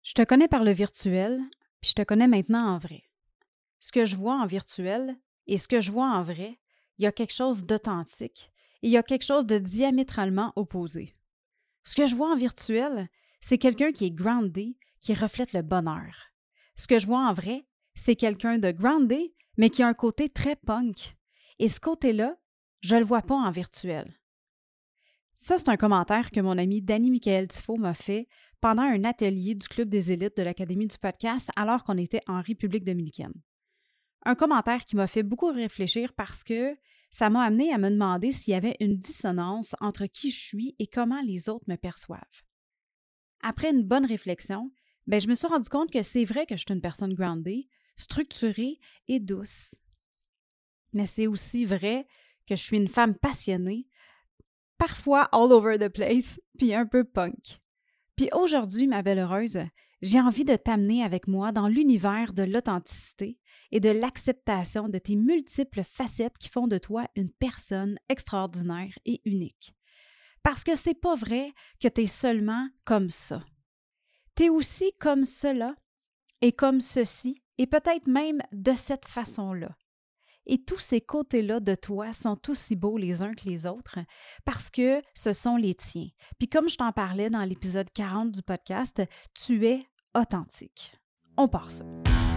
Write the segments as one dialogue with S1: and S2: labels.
S1: Je te connais par le virtuel, puis je te connais maintenant en vrai. Ce que je vois en virtuel et ce que je vois en vrai, il y a quelque chose d'authentique et il y a quelque chose de diamétralement opposé. Ce que je vois en virtuel, c'est quelqu'un qui est groundé, qui reflète le bonheur. Ce que je vois en vrai, c'est quelqu'un de groundé, mais qui a un côté très punk. Et ce côté-là, je ne le vois pas en virtuel. Ça, c'est un commentaire que mon ami Danny Michael Tifo m'a fait pendant un atelier du Club des élites de l'Académie du podcast alors qu'on était en République dominicaine. Un commentaire qui m'a fait beaucoup réfléchir parce que ça m'a amené à me demander s'il y avait une dissonance entre qui je suis et comment les autres me perçoivent. Après une bonne réflexion, je me suis rendu compte que c'est vrai que je suis une personne groundée, structurée et douce. Mais c'est aussi vrai que je suis une femme passionnée, parfois all over the place, puis un peu punk. Puis aujourd'hui, ma belle heureuse, j'ai envie de t'amener avec moi dans l'univers de l'authenticité et de l'acceptation de tes multiples facettes qui font de toi une personne extraordinaire et unique. Parce que c'est pas vrai que tu es seulement comme ça. Tu es aussi comme cela et comme ceci et peut-être même de cette façon-là. Et tous ces côtés-là de toi sont aussi beaux les uns que les autres parce que ce sont les tiens. Puis comme je t'en parlais dans l'épisode 40 du podcast, tu es authentique. On part ça.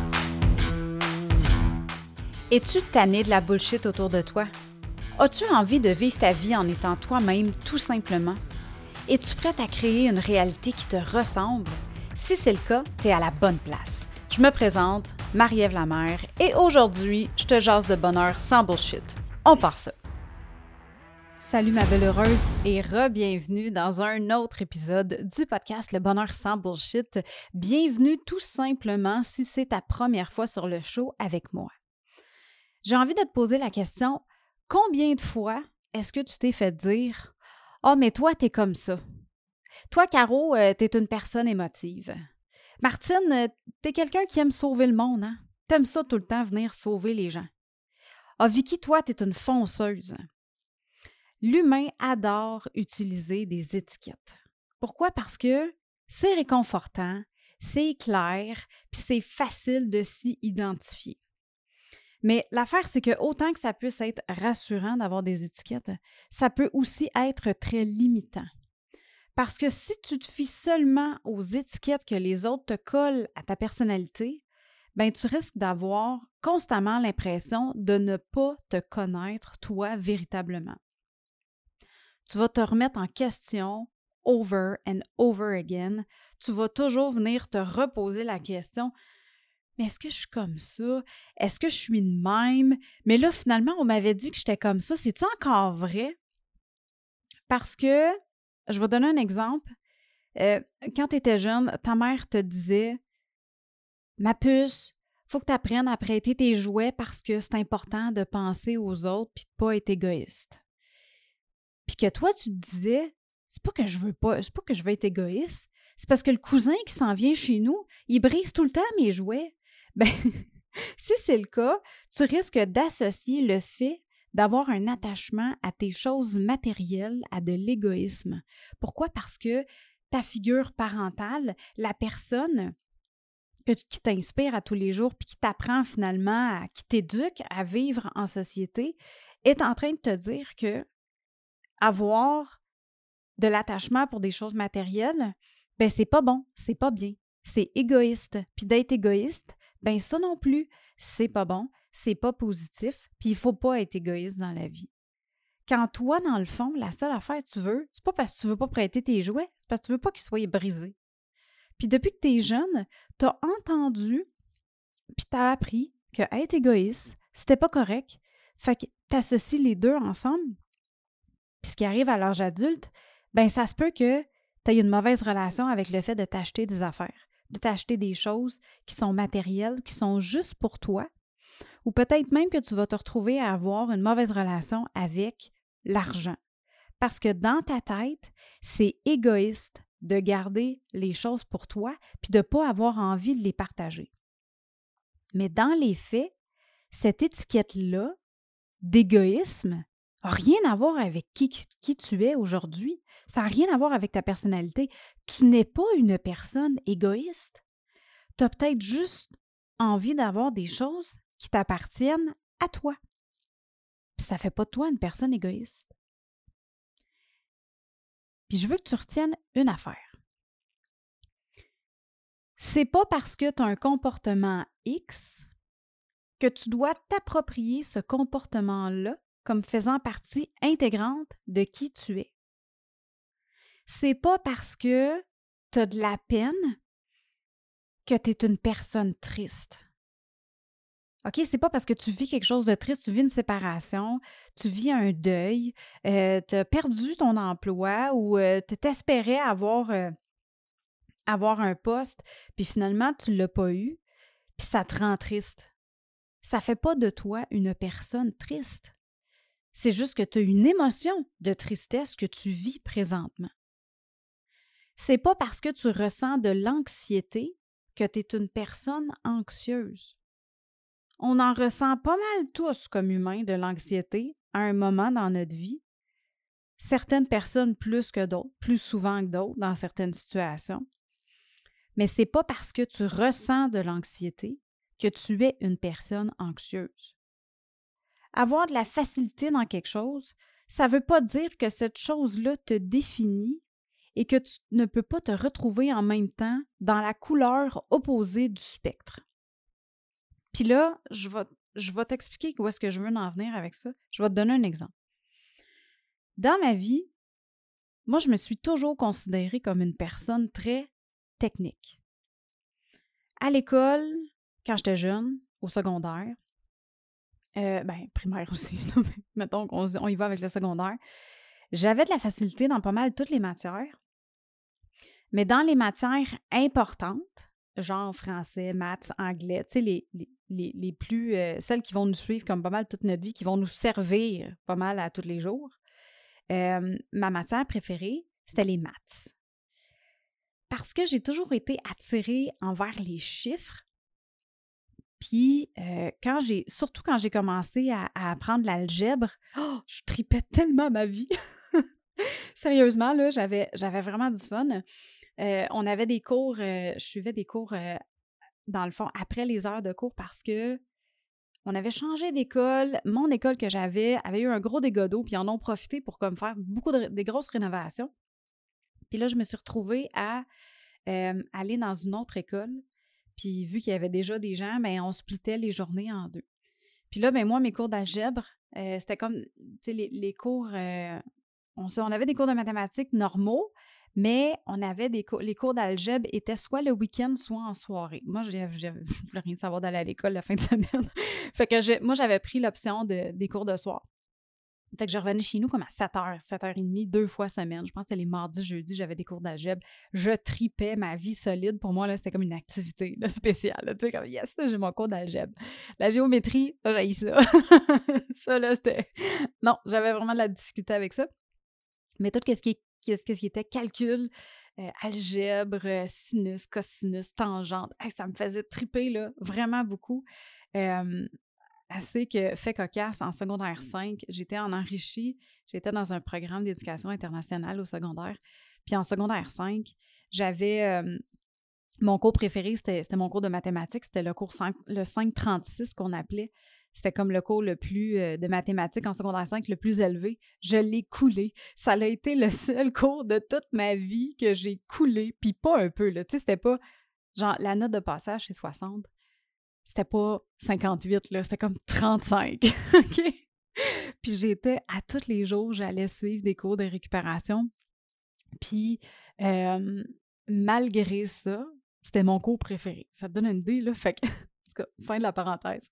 S1: Es-tu tanné de la bullshit autour de toi? As-tu envie de vivre ta vie en étant toi-même tout simplement? Es-tu prête à créer une réalité qui te ressemble? Si c'est le cas, tu es à la bonne place. Je me présente, Marie-Ève Lamère, et aujourd'hui, je te jase de bonheur sans bullshit. On part ça! Salut ma belle heureuse et re-bienvenue dans un autre épisode du podcast Le bonheur sans bullshit. Bienvenue tout simplement si c'est ta première fois sur le show avec moi. J'ai envie de te poser la question, combien de fois est-ce que tu t'es fait dire « Ah, mais toi, t'es comme ça. Toi, Caro, t'es une personne émotive. Martine, t'es quelqu'un qui aime sauver le monde, hein? T'aimes ça tout le temps venir sauver les gens. Ah, Vicky, toi, t'es une fonceuse. » L'humain adore utiliser des étiquettes. Pourquoi? Parce que c'est réconfortant, c'est clair, puis c'est facile de s'y identifier. Mais l'affaire, c'est que autant que ça puisse être rassurant d'avoir des étiquettes, ça peut aussi être très limitant. Parce que si tu te fies seulement aux étiquettes que les autres te collent à ta personnalité, tu risques d'avoir constamment l'impression de ne pas te connaître toi véritablement. Tu vas te remettre en question over and over again. Tu vas toujours venir te reposer la question « Mais est-ce que je suis comme ça? Est-ce que je suis de même? Mais là, finalement, on m'avait dit que j'étais comme ça. C'est-tu encore vrai? » Parce que, je vais donner un exemple. Quand tu étais jeune, ta mère te disait « Ma puce, faut que tu apprennes à prêter tes jouets parce que c'est important de penser aux autres puis de pas être égoïste. » Puis que toi, tu te disais « C'est pas que je veux être égoïste, c'est parce que le cousin qui s'en vient chez nous, il brise tout le temps mes jouets. » Si c'est le cas, tu risques d'associer le fait d'avoir un attachement à tes choses matérielles à de l'égoïsme. Pourquoi? Parce que ta figure parentale, la personne qui t'inspire à tous les jours puis qui t'apprend finalement, qui t'éduque à vivre en société, est en train de te dire que avoir de l'attachement pour des choses matérielles, c'est pas bon, c'est pas bien, c'est égoïste. Puis d'être égoïste, ça non plus, c'est pas bon, c'est pas positif, puis il faut pas être égoïste dans la vie. Quand toi, dans le fond, la seule affaire que tu veux, c'est pas parce que tu veux pas prêter tes jouets, c'est parce que tu veux pas qu'ils soient brisés. Puis depuis que tu es jeune, tu as entendu, puis tu as appris que être égoïste, c'était pas correct. Fait que tu associes les deux ensemble. Puis ce qui arrive à l'âge adulte, ça se peut que tu aies une mauvaise relation avec le fait de t'acheter des affaires, de t'acheter des choses qui sont matérielles, qui sont juste pour toi, ou peut-être même que tu vas te retrouver à avoir une mauvaise relation avec l'argent. Parce que dans ta tête, c'est égoïste de garder les choses pour toi puis de ne pas avoir envie de les partager. Mais dans les faits, cette étiquette-là d'égoïsme, n'a rien à voir avec qui tu es aujourd'hui. Ça n'a rien à voir avec ta personnalité. Tu n'es pas une personne égoïste. Tu as peut-être juste envie d'avoir des choses qui t'appartiennent à toi. Puis ça ne fait pas de toi une personne égoïste. Puis je veux que tu retiennes une affaire. C'est pas parce que tu as un comportement X que tu dois t'approprier ce comportement-là comme faisant partie intégrante de qui tu es. C'est pas parce que tu as de la peine que tu es une personne triste. OK? C'est pas parce que tu vis quelque chose de triste, tu vis une séparation, tu vis un deuil, tu as perdu ton emploi ou tu t'espérais avoir un poste, puis finalement, tu ne l'as pas eu, puis ça te rend triste. Ça ne fait pas de toi une personne triste. C'est juste que tu as une émotion de tristesse que tu vis présentement. C'est pas parce que tu ressens de l'anxiété que tu es une personne anxieuse. On en ressent pas mal tous comme humains de l'anxiété à un moment dans notre vie. Certaines personnes plus que d'autres, plus souvent que d'autres dans certaines situations. Mais c'est pas parce que tu ressens de l'anxiété que tu es une personne anxieuse. Avoir de la facilité dans quelque chose, ça ne veut pas dire que cette chose-là te définit et que tu ne peux pas te retrouver en même temps dans la couleur opposée du spectre. Puis là, je vais t'expliquer où est-ce que je veux en venir avec ça. Je vais te donner un exemple. Dans ma vie, moi, je me suis toujours considérée comme une personne très technique. À l'école, quand j'étais jeune, au secondaire, primaire aussi, mettons qu'on y va avec le secondaire, j'avais de la facilité dans pas mal toutes les matières, mais dans les matières importantes, genre français, maths, anglais, tu sais, les plus, celles qui vont nous suivre comme pas mal toute notre vie, qui vont nous servir pas mal à tous les jours, ma matière préférée, c'était les maths. Parce que j'ai toujours été attirée envers les chiffres. Puis, surtout quand j'ai commencé à apprendre l'algèbre, je tripais tellement ma vie. Sérieusement, là, j'avais vraiment du fun. On avait des cours, je suivais des cours, dans le fond, après les heures de cours parce que on avait changé d'école. Mon école que j'avais avait eu un gros dégât d'eau, puis ils en ont profité pour comme faire des grosses rénovations. Puis là, je me suis retrouvée à aller dans une autre école. Puis vu qu'il y avait déjà des gens, bien, on splittait les journées en deux. Puis là, bien, moi, mes cours d'algèbre, c'était comme, tu sais, les cours, on avait des cours de mathématiques normaux, mais on avait les cours d'algèbre étaient soit le week-end, soit en soirée. Moi, je voulais rien savoir d'aller à l'école la fin de semaine. Fait que moi, j'avais pris l'option des cours de soir. Fait que je revenais chez nous comme à 7h, 7h30, 2 fois semaine. Je pense que c'était les mardis, jeudis, j'avais des cours d'algèbre. Je tripais ma vie solide. Pour moi, là, c'était comme une activité là, spéciale. Tu sais, comme yes, là, j'ai mon cours d'algèbre. La géométrie, j'ai ça. Ça, là, c'était... Non, j'avais vraiment de la difficulté avec ça. Mais tout ce qui était calcul, algèbre, sinus, cosinus, tangente, ça me faisait triper là, vraiment beaucoup. Assez que fait cocasse, en secondaire 5, j'étais en enrichi, j'étais dans un programme d'éducation internationale au secondaire. Puis en secondaire 5, j'avais mon cours préféré, c'était mon cours de mathématiques, c'était le cours le 536 qu'on appelait. C'était comme le cours le plus de mathématiques en secondaire 5, le plus élevé. Je l'ai coulé. Ça a été le seul cours de toute ma vie que j'ai coulé, puis pas un peu, là. Tu sais, c'était pas, genre, la note de passage, c'est 60. C'était pas 58, là, c'était comme 35, OK? Puis j'étais, à tous les jours, j'allais suivre des cours de récupération. Puis, malgré ça, c'était mon cours préféré. Ça te donne une idée, là? Fait que, en tout cas, fin de la parenthèse.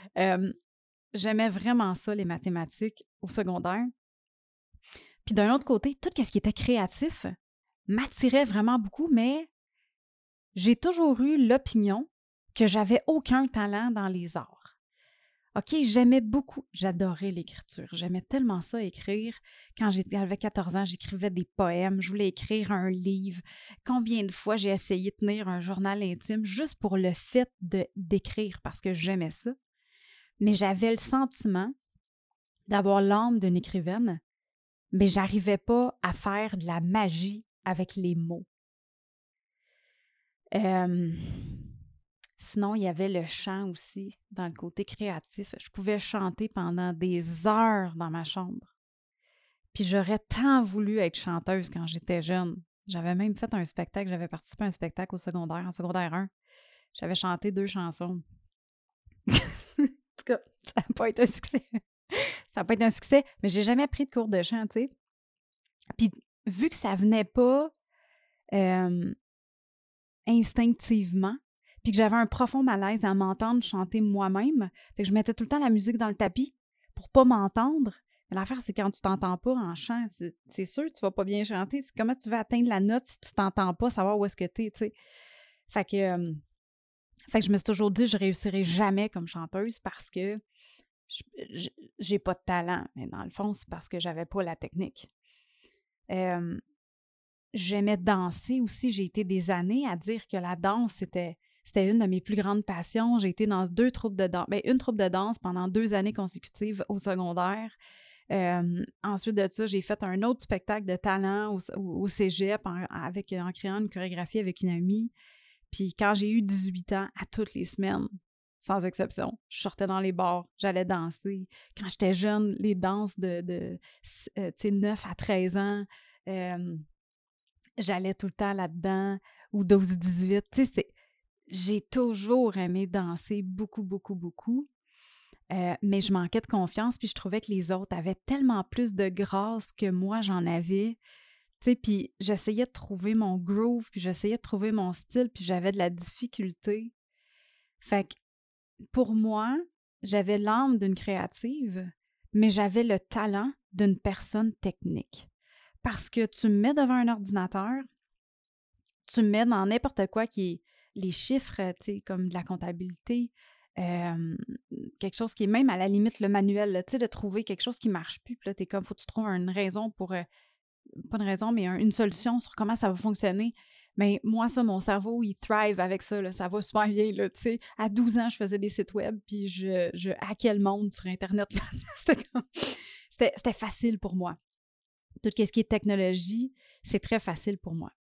S1: J'aimais vraiment ça, les mathématiques, au secondaire. Puis d'un autre côté, tout ce qui était créatif m'attirait vraiment beaucoup, mais j'ai toujours eu l'opinion que j'avais aucun talent dans les arts. OK, j'aimais beaucoup, j'adorais l'écriture. J'aimais tellement ça, écrire. Quand j'avais 14 ans, j'écrivais des poèmes, je voulais écrire un livre. Combien de fois j'ai essayé de tenir un journal intime juste pour le fait d'écrire parce que j'aimais ça. Mais j'avais le sentiment d'avoir l'âme d'une écrivaine, mais j'arrivais pas à faire de la magie avec les mots. Sinon, il y avait le chant aussi, dans le côté créatif. Je pouvais chanter pendant des heures dans ma chambre. Puis j'aurais tant voulu être chanteuse quand j'étais jeune. J'avais même fait un spectacle, j'avais participé à un spectacle au secondaire, en secondaire 1. J'avais chanté 2 chansons. En tout cas, ça n'a pas été un succès. Ça n'a pas été un succès, mais j'ai jamais pris de cours de chant, tu sais. Puis vu que ça venait pas instinctivement, puis que j'avais un profond malaise à m'entendre chanter moi-même, fait que je mettais tout le temps la musique dans le tapis pour pas m'entendre. Mais l'affaire, c'est quand tu t'entends pas en chant, c'est sûr que tu vas pas bien chanter. C'est comment tu vas atteindre la note si tu t'entends pas, savoir où est-ce que t'es, tu sais. Fait que je me suis toujours dit, je réussirai jamais comme chanteuse parce que j'ai pas de talent. Mais dans le fond, c'est parce que j'avais pas la technique. J'aimais danser aussi. J'ai été des années à dire que la danse, c'était une de mes plus grandes passions. J'ai été dans 2 troupes de danse, une troupe de danse pendant 2 années consécutives au secondaire. Ensuite de ça, j'ai fait un autre spectacle de talent au cégep en créant une chorégraphie avec une amie. Puis quand j'ai eu 18 ans, à toutes les semaines, sans exception, je sortais dans les bars, j'allais danser. Quand j'étais jeune, les danses de 9 à 13 ans, j'allais tout le temps là-dedans, ou 12-18. Tu sais, j'ai toujours aimé danser beaucoup, beaucoup, beaucoup. Mais je manquais de confiance, puis je trouvais que les autres avaient tellement plus de grâce que moi, j'en avais. Tu sais, puis j'essayais de trouver mon groove, puis j'essayais de trouver mon style, puis j'avais de la difficulté. Fait que pour moi, j'avais l'âme d'une créative, mais j'avais le talent d'une personne technique. Parce que tu me mets devant un ordinateur, tu me mets dans n'importe quoi qui est les chiffres, tu sais, comme de la comptabilité, quelque chose qui est même à la limite le manuel, tu sais, de trouver quelque chose qui marche plus. Puis là, t'es comme, faut que tu trouves une raison pour, pas une raison, mais une solution sur comment ça va fonctionner. Mais moi, ça, mon cerveau, il thrive avec ça, là, ça va super bien, là, tu sais. À 12 ans, je faisais des sites web, puis je hackais le monde sur Internet, là. C'était facile pour moi. Tout ce qui est technologie, c'est très facile pour moi.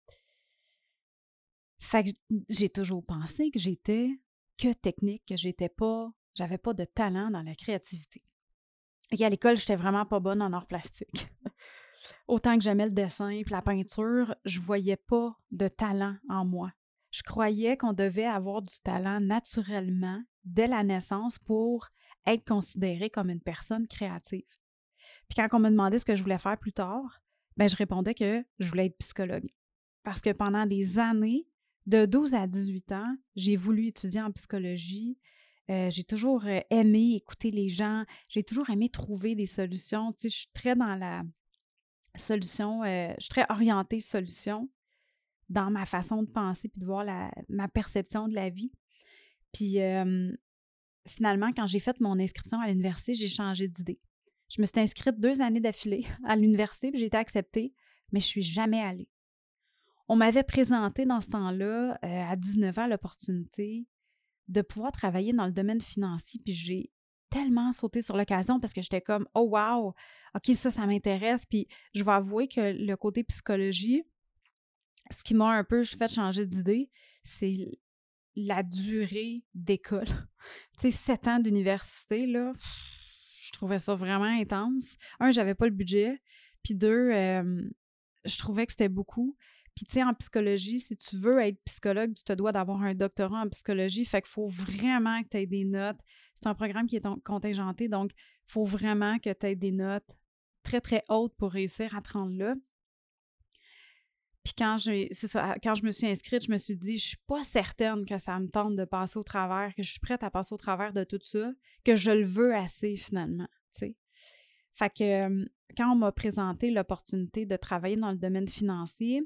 S1: Fait que j'ai toujours pensé que j'étais que technique, que j'avais pas de talent dans la créativité. Et à l'école, j'étais vraiment pas bonne en arts plastiques. Autant que j'aimais le dessin et la peinture, je voyais pas de talent en moi. Je croyais qu'on devait avoir du talent naturellement dès la naissance pour être considéré comme une personne créative. Puis quand on me demandait ce que je voulais faire plus tard, je répondais que je voulais être psychologue. Parce que pendant des années, de 12 à 18 ans, j'ai voulu étudier en psychologie. J'ai toujours aimé écouter les gens. J'ai toujours aimé trouver des solutions. Tu sais, je suis très dans la solution, je suis très orientée solution dans ma façon de penser puis de voir ma perception de la vie. Puis finalement, quand j'ai fait mon inscription à l'université, j'ai changé d'idée. Je me suis inscrite 2 années d'affilée à l'université puis j'ai été acceptée, mais je ne suis jamais allée. On m'avait présenté dans ce temps-là, à 19 ans, l'opportunité de pouvoir travailler dans le domaine financier, puis j'ai tellement sauté sur l'occasion parce que j'étais comme « Oh wow! OK, ça m'intéresse. » Puis je vais avouer que le côté psychologie, ce qui m'a un peu fait changer d'idée, c'est la durée d'école. Tu sais, 7 ans d'université, là, je trouvais ça vraiment intense. 1, j'avais pas le budget, puis 2, je trouvais que c'était beaucoup. Puis, tu sais, en psychologie, si tu veux être psychologue, tu te dois d'avoir un doctorat en psychologie. Fait qu'il faut vraiment que tu aies des notes. C'est un programme qui est contingenté, donc il faut vraiment que tu aies des notes très, très hautes pour réussir à te rendre là. Puis quand je me suis inscrite, je me suis dit, je suis pas certaine que ça me tente de passer au travers, que je suis prête à passer au travers de tout ça, que je le veux assez finalement, tu sais. Fait que quand on m'a présenté l'opportunité de travailler dans le domaine financier,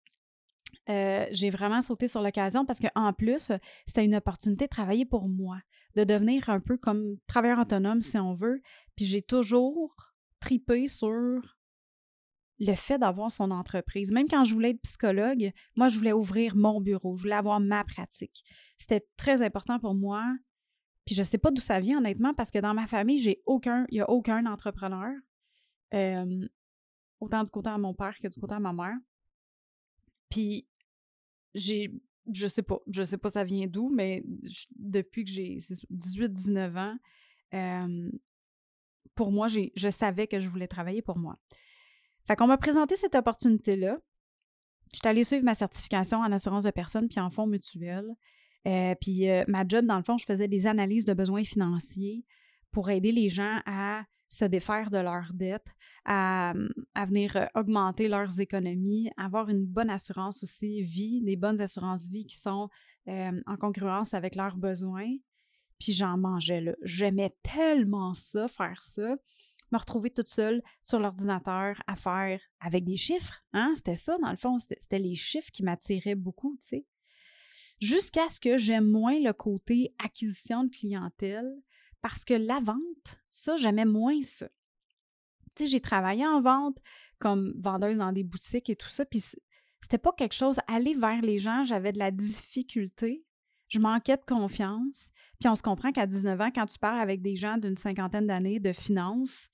S1: j'ai vraiment sauté sur l'occasion parce qu'en plus, c'était une opportunité de travailler pour moi, de devenir un peu comme travailleur autonome si on veut. Puis j'ai toujours tripé sur le fait d'avoir son entreprise. Même quand je voulais être psychologue, moi, je voulais ouvrir mon bureau, je voulais avoir ma pratique. C'était très important pour moi Puis je sais pas d'où ça vient, honnêtement, parce que dans ma famille, il y a aucun entrepreneur. Autant du côté de mon père que du côté de ma mère. Puis je sais pas ça vient d'où, mais depuis que j'ai 18-19 ans, pour moi, je savais que je voulais travailler pour moi. Fait qu'on m'a présenté cette opportunité-là. J'étais allée suivre ma certification en assurance de personnes puis en fonds mutuels. Puis ma job, dans le fond, je faisais des analyses de besoins financiers pour aider les gens à se défaire de leurs dettes, à venir augmenter leurs économies, avoir une bonne assurance aussi vie, des bonnes assurances vie qui sont en congruence avec leurs besoins. Puis j'en mangeais là. J'aimais tellement ça, faire ça. Me retrouver toute seule sur l'ordinateur à faire avec des chiffres. Hein? C'était ça, dans le fond. C'était les chiffres qui m'attiraient beaucoup, tu sais. Jusqu'à ce que j'aime moins le côté acquisition de clientèle parce que la vente, ça, j'aimais moins ça. Tu sais, j'ai travaillé en vente comme vendeuse dans des boutiques et tout ça, puis c'était pas quelque chose, aller vers les gens, j'avais de la difficulté, je manquais de confiance, puis on se comprend qu'à 19 ans, quand tu parles avec des gens d'une cinquantaine d'années de finances,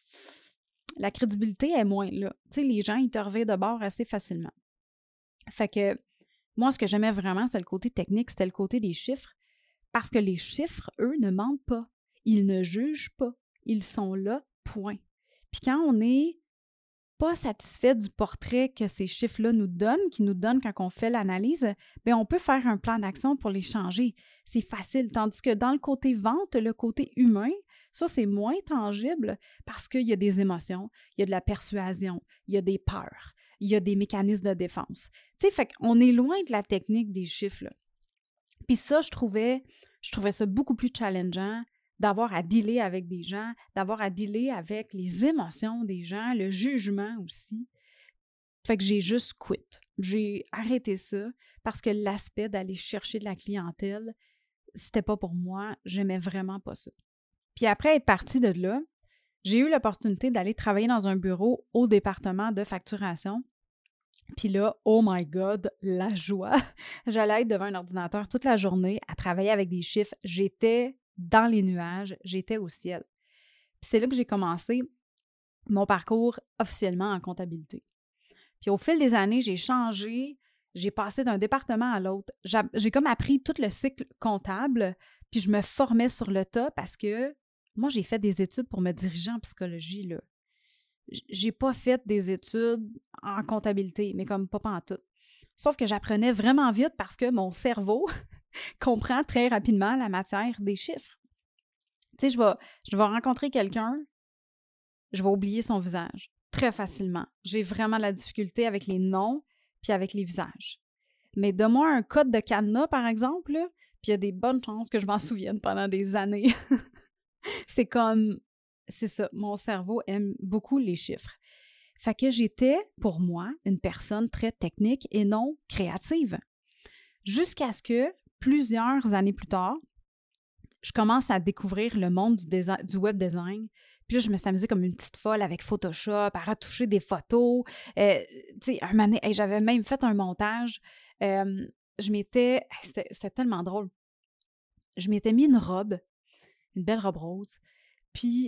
S1: la crédibilité est moins là. Tu sais, les gens, ils te revirent de bord assez facilement. Fait que moi, ce que j'aimais vraiment, c'est le côté technique, c'était le côté des chiffres, parce que les chiffres, eux, ne mentent pas. Ils ne jugent pas. Ils sont là, point. Puis quand on n'est pas satisfait du portrait que ces chiffres-là nous donnent, qu'ils nous donnent quand on fait l'analyse, bien, on peut faire un plan d'action pour les changer. C'est facile. Tandis que dans le côté vente, le côté humain, ça, c'est moins tangible parce qu'il y a des émotions, il y a de la persuasion, il y a des peurs, il y a des mécanismes de défense. Tu sais, fait qu'on est loin de la technique des chiffres, là. Puis ça, je trouvais ça beaucoup plus challengeant d'avoir à dealer avec des gens, d'avoir à dealer avec les émotions des gens, le jugement aussi. Fait que j'ai juste quit. J'ai arrêté ça parce que l'aspect d'aller chercher de la clientèle, c'était pas pour moi. J'aimais vraiment pas ça. Puis après être partie de là, j'ai eu l'opportunité d'aller travailler dans un bureau au département de facturation. Puis là, oh my God, la joie! J'allais être devant un ordinateur toute la journée à travailler avec des chiffres. J'étais dans les nuages, j'étais au ciel. Puis c'est là que j'ai commencé mon parcours officiellement en comptabilité. Puis au fil des années, j'ai changé, j'ai passé d'un département à l'autre. J'ai comme appris tout le cycle comptable, puis je me formais sur le tas parce que moi, j'ai fait des études pour me diriger en psychologie, là. J'ai pas fait des études en comptabilité, mais comme pas pantoute. Sauf que j'apprenais vraiment vite parce que mon cerveau comprend très rapidement la matière des chiffres. Tu sais, je vais rencontrer quelqu'un, je vais oublier son visage très facilement. J'ai vraiment de la difficulté avec les noms puis avec les visages. Mais donne-moi un code de cadenas, par exemple, là, puis il y a des bonnes chances que je m'en souvienne pendant des années. C'est ça, mon cerveau aime beaucoup les chiffres. Fait que j'étais, pour moi, une personne très technique et non créative. Jusqu'à ce que, plusieurs années plus tard, je commence à découvrir le monde du web design. Puis là, je me suis amusée comme une petite folle avec Photoshop, à retoucher des photos. Tu sais, un moment donné, j'avais même fait un montage. C'était tellement drôle. Je m'étais mis une belle robe rose. Puis,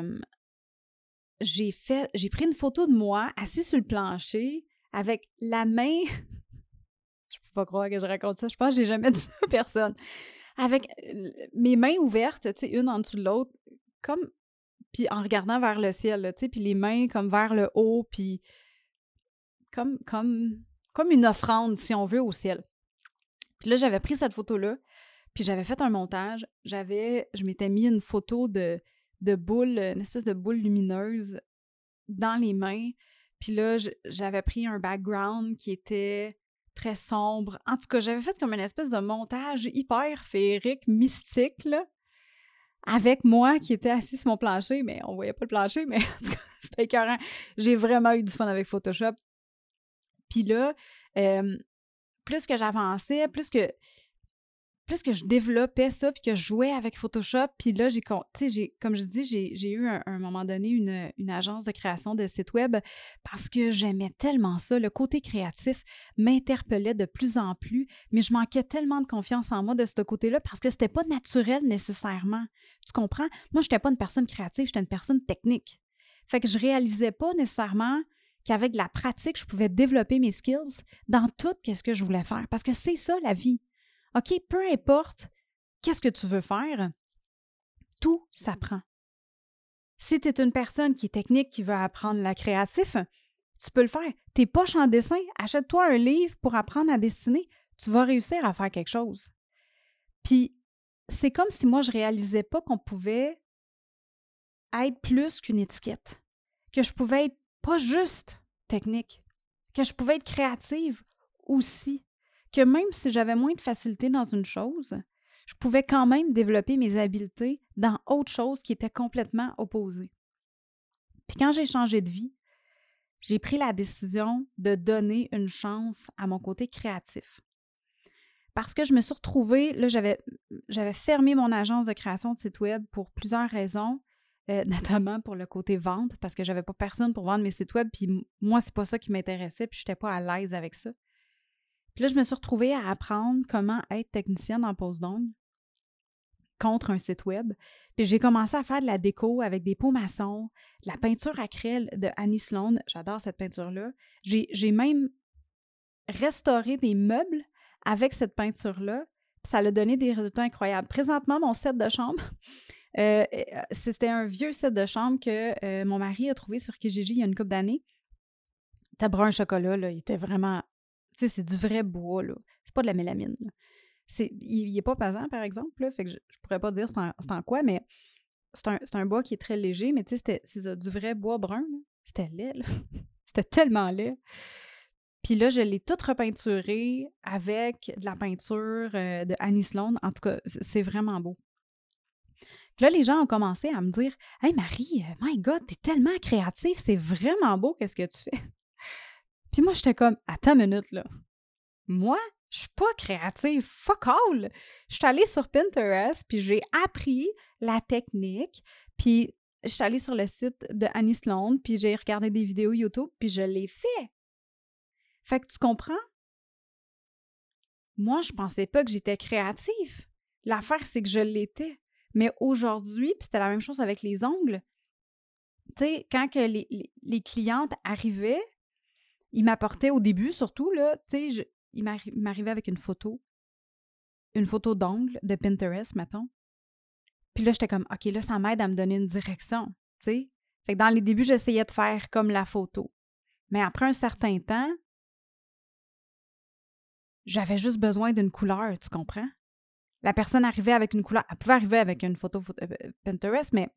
S1: j'ai pris une photo de moi assise sur le plancher avec la main... Je peux pas croire que je raconte ça. Je pense que j'ai jamais dit ça à personne. Avec mes mains ouvertes, tu sais, une en dessous de l'autre, comme... Puis en regardant vers le ciel, tu sais, puis les mains comme vers le haut, puis comme une offrande, si on veut, au ciel. Puis là, j'avais pris cette photo-là, puis j'avais fait un montage. Je m'étais mis une photo de boule, une espèce de boule lumineuse dans les mains. Puis là, j'avais pris un background qui était très sombre. En tout cas, j'avais fait comme une espèce de montage hyper féerique, mystique, là, avec moi qui était assis sur mon plancher, mais on voyait pas le plancher, mais en tout cas, c'était écœurant. J'ai vraiment eu du fun avec Photoshop. Puis là, plus que j'avançais, plus que plus que je développais ça, puis que je jouais avec Photoshop, puis là, comme je dis, j'ai eu un moment donné une agence de création de site web parce que j'aimais tellement ça. Le côté créatif m'interpellait de plus en plus, mais je manquais tellement de confiance en moi de ce côté-là parce que c'était pas naturel nécessairement. Tu comprends? Moi, je n'étais pas une personne créative, j'étais une personne technique. Fait que je réalisais pas nécessairement qu'avec de la pratique, je pouvais développer mes skills dans tout ce que je voulais faire. Parce que c'est ça, la vie. OK, peu importe qu'est-ce que tu veux faire, tout s'apprend. Si tu es une personne qui est technique, qui veut apprendre la créatif, tu peux le faire. T'es poche en dessin, achète-toi un livre pour apprendre à dessiner. Tu vas réussir à faire quelque chose. Puis, c'est comme si moi, je réalisais pas qu'on pouvait être plus qu'une étiquette. Que je pouvais être pas juste technique, que je pouvais être créative aussi, que même si j'avais moins de facilité dans une chose, je pouvais quand même développer mes habiletés dans autre chose qui était complètement opposée. Puis quand j'ai changé de vie, j'ai pris la décision de donner une chance à mon côté créatif. Parce que je me suis retrouvée, là, j'avais fermé mon agence de création de site web pour plusieurs raisons. Notamment pour le côté vente, parce que j'avais pas personne pour vendre mes sites web, puis moi, c'est pas ça qui m'intéressait, puis j'étais pas à l'aise avec ça. Puis là, je me suis retrouvée à apprendre comment être technicienne en pose d'ongles contre un site web. Puis j'ai commencé à faire de la déco avec des pots maçons, de la peinture acryle de Annie Sloan. J'adore cette peinture-là. J'ai même restauré des meubles avec cette peinture-là, puis ça a donné des résultats incroyables. Présentement, mon set de chambre, c'était un vieux set de chambre que mon mari a trouvé sur Kijiji il y a une couple d'années. Il était brun chocolat, là. Il était vraiment... Tu sais, c'est du vrai bois, là. C'est pas de la mélamine, là. Il est pas pesant, par exemple, là, fait que je pourrais pas dire c'est en quoi, mais c'est un bois qui est très léger, mais tu sais, c'est du vrai bois brun, là. C'était laid, là. C'était tellement laid. Puis là, je l'ai toute repeinturée avec de la peinture de Annie Sloan. En tout cas, c'est vraiment beau. Puis là, les gens ont commencé à me dire « Hey Marie, my God, t'es tellement créative, c'est vraiment beau qu'est-ce que tu fais. » Puis moi, j'étais comme « Attends une minute, là. Moi, je suis pas créative, fuck all! » Je suis allée sur Pinterest, puis j'ai appris la technique, puis je suis allée sur le site de Annie Sloan, puis j'ai regardé des vidéos YouTube, puis je l'ai fait. Fait que tu comprends? Moi, je pensais pas que j'étais créative. L'affaire, c'est que je l'étais. Mais aujourd'hui, puis c'était la même chose avec les ongles, tu sais, quand que les clientes arrivaient, ils m'apportaient au début surtout, là, tu sais, ils m'arrivaient avec une photo d'ongles de Pinterest, mettons. Puis là, j'étais comme, OK, là, ça m'aide à me donner une direction, tu sais. Fait que dans les débuts, j'essayais de faire comme la photo. Mais après un certain temps, j'avais juste besoin d'une couleur, tu comprends? La personne arrivait avec une couleur. Elle pouvait arriver avec une photo Pinterest, mais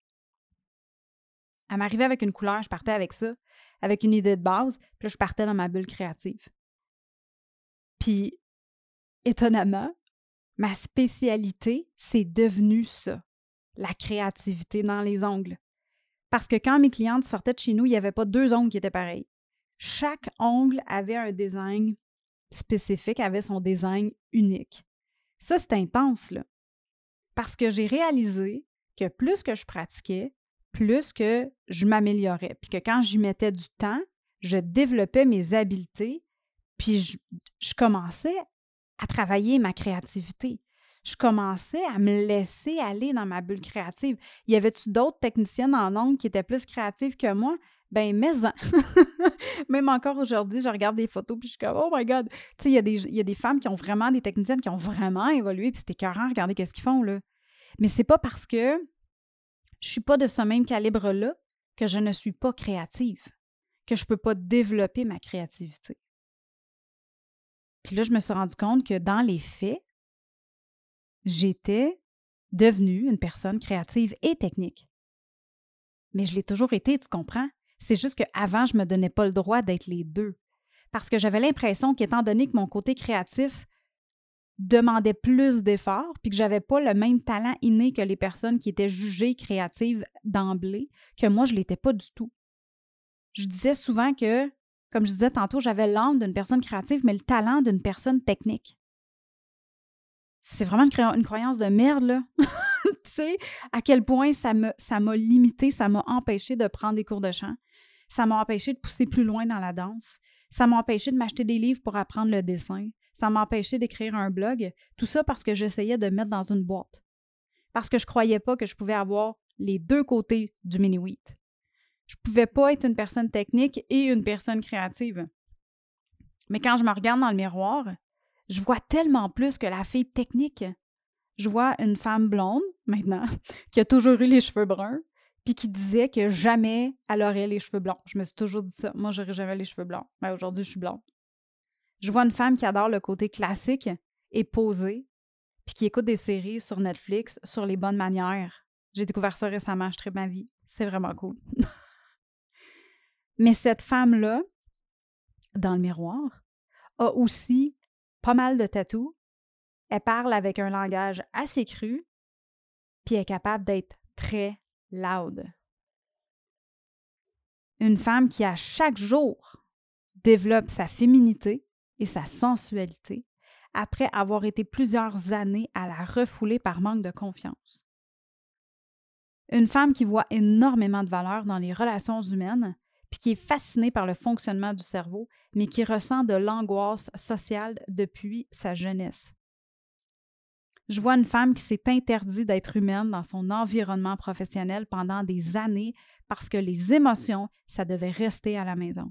S1: elle m'arrivait avec une couleur, je partais avec ça, avec une idée de base, puis là, je partais dans ma bulle créative. Puis, étonnamment, ma spécialité, c'est devenu ça, la créativité dans les ongles. Parce que quand mes clientes sortaient de chez nous, il n'y avait pas 2 ongles qui étaient pareils. Chaque ongle avait un design spécifique, avait son design unique. Ça, c'est intense, là. Parce que j'ai réalisé que plus que je pratiquais, plus que je m'améliorais. Puis que quand j'y mettais du temps, je développais mes habiletés, puis je commençais à travailler ma créativité. Je commençais à me laisser aller dans ma bulle créative. Y avait-tu d'autres techniciennes en ongles qui étaient plus créatives que moi? Ben, mais-en! Même encore aujourd'hui, je regarde des photos puis je suis comme « Oh my God! » Tu sais, il y a des femmes qui ont vraiment, des techniciennes qui ont vraiment évolué puis c'était écœurant, regardez qu'est-ce qu'ils font, là. Mais c'est pas parce que je suis pas de ce même calibre-là que je ne suis pas créative, que je peux pas développer ma créativité. Puis là, je me suis rendu compte que dans les faits, j'étais devenue une personne créative et technique. Mais je l'ai toujours été, tu comprends? C'est juste qu'avant, je ne me donnais pas le droit d'être les deux. Parce que j'avais l'impression qu'étant donné que mon côté créatif demandait plus d'efforts, puis que j'avais pas le même talent inné que les personnes qui étaient jugées créatives d'emblée, que moi, je ne l'étais pas du tout. Je disais souvent que, comme je disais tantôt, j'avais l'âme d'une personne créative, mais le talent d'une personne technique. c'est vraiment une croyance de merde, là. Tu sais, à quel point ça m'a limité, ça m'a empêché de prendre des cours de chant. Ça m'a empêché de pousser plus loin dans la danse. Ça m'a empêché de m'acheter des livres pour apprendre le dessin. Ça m'a empêché d'écrire un blog. Tout ça parce que j'essayais de mettre dans une boîte. Parce que je croyais pas que je pouvais avoir les deux côtés du mini-wheat. Je pouvais pas être une personne technique et une personne créative. Mais quand je me regarde dans le miroir, je vois tellement plus que la fille technique. Je vois une femme blonde, maintenant, qui a toujours eu les cheveux bruns, puis qui disait que jamais elle aurait les cheveux blonds. Je me suis toujours dit ça. Moi, j'aurais jamais les cheveux blonds. Mais aujourd'hui, je suis blonde. Je vois une femme qui adore le côté classique et posé, puis qui écoute des séries sur Netflix sur les bonnes manières. J'ai découvert ça récemment, je tripe ma vie. C'est vraiment cool. Mais cette femme-là, dans le miroir, a aussi pas mal de tatous. Elle parle avec un langage assez cru, puis elle est capable d'être très loud. Une femme qui, à chaque jour, développe sa féminité et sa sensualité après avoir été plusieurs années à la refouler par manque de confiance. Une femme qui voit énormément de valeur dans les relations humaines, puis qui est fascinée par le fonctionnement du cerveau, mais qui ressent de l'angoisse sociale depuis sa jeunesse. Je vois une femme qui s'est interdit d'être humaine dans son environnement professionnel pendant des années parce que les émotions, ça devait rester à la maison.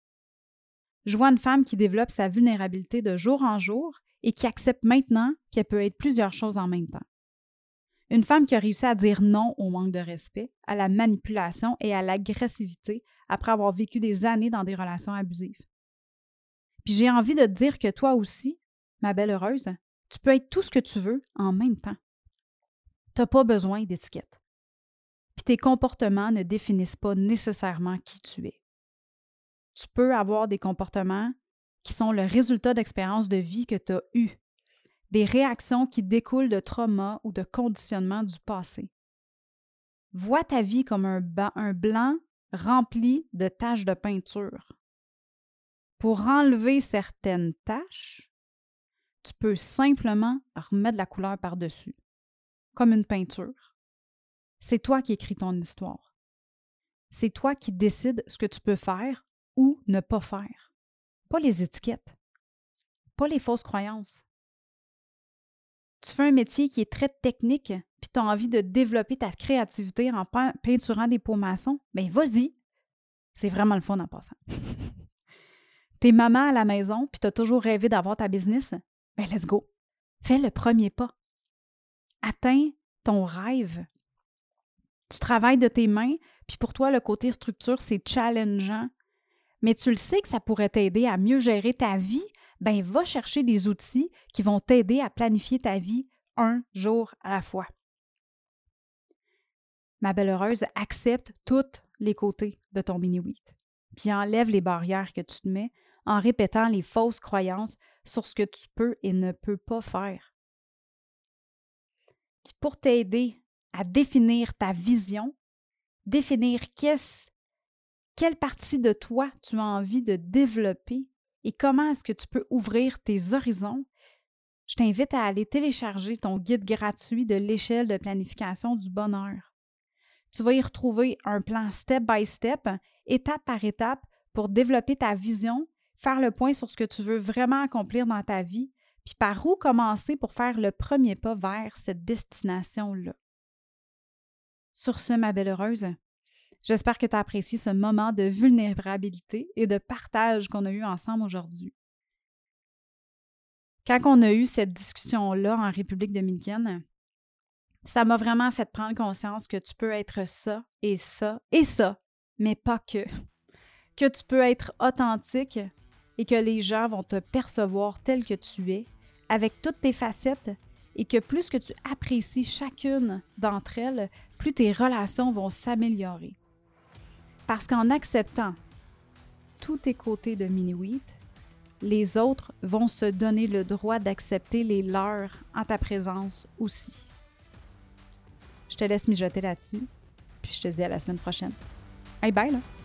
S1: Je vois une femme qui développe sa vulnérabilité de jour en jour et qui accepte maintenant qu'elle peut être plusieurs choses en même temps. Une femme qui a réussi à dire non au manque de respect, à la manipulation et à l'agressivité après avoir vécu des années dans des relations abusives. Puis j'ai envie de te dire que toi aussi, ma belle heureuse, tu peux être tout ce que tu veux en même temps. Tu n'as pas besoin d'étiquette. Puis tes comportements ne définissent pas nécessairement qui tu es. Tu peux avoir des comportements qui sont le résultat d'expériences de vie que tu as eues, des réactions qui découlent de traumas ou de conditionnements du passé. Vois ta vie comme un blanc rempli de taches de peinture. Pour enlever certaines taches, tu peux simplement remettre de la couleur par-dessus, comme une peinture. C'est toi qui écris ton histoire. C'est toi qui décides ce que tu peux faire ou ne pas faire. Pas les étiquettes, pas les fausses croyances. Tu fais un métier qui est très technique, puis tu as envie de développer ta créativité en peinturant des pots maçons, bien vas-y. C'est vraiment le fun en passant. T'es maman à la maison, puis tu as toujours rêvé d'avoir ta business, bien let's go. Fais le premier pas. Atteins ton rêve. Tu travailles de tes mains, puis pour toi, le côté structure, c'est challengeant. Mais tu le sais que ça pourrait t'aider à mieux gérer ta vie, bien va chercher des outils qui vont t'aider à planifier ta vie un jour à la fois. Ma belle heureuse, accepte tous les côtés de ton mini-wheat, puis enlève les barrières que tu te mets en répétant les fausses croyances sur ce que tu peux et ne peux pas faire. Puis pour t'aider à définir ta vision, définir quelle partie de toi tu as envie de développer et comment est-ce que tu peux ouvrir tes horizons, je t'invite à aller télécharger ton guide gratuit de l'échelle de planification du bonheur. Tu vas y retrouver un plan step by step, étape par étape, pour développer ta vision, faire le point sur ce que tu veux vraiment accomplir dans ta vie, puis par où commencer pour faire le premier pas vers cette destination-là. Sur ce, ma belle heureuse, j'espère que tu as apprécié ce moment de vulnérabilité et de partage qu'on a eu ensemble aujourd'hui. Quand on a eu cette discussion-là en République dominicaine, ça m'a vraiment fait prendre conscience que tu peux être ça et ça et ça, mais pas que. Que tu peux être authentique et que les gens vont te percevoir tel que tu es, avec toutes tes facettes, et que plus que tu apprécies chacune d'entre elles, plus tes relations vont s'améliorer. Parce qu'en acceptant tous tes côtés de mini-wheat, les autres vont se donner le droit d'accepter les leurs en ta présence aussi. Je te laisse mijoter là-dessus, puis je te dis à la semaine prochaine. Hey, bye là!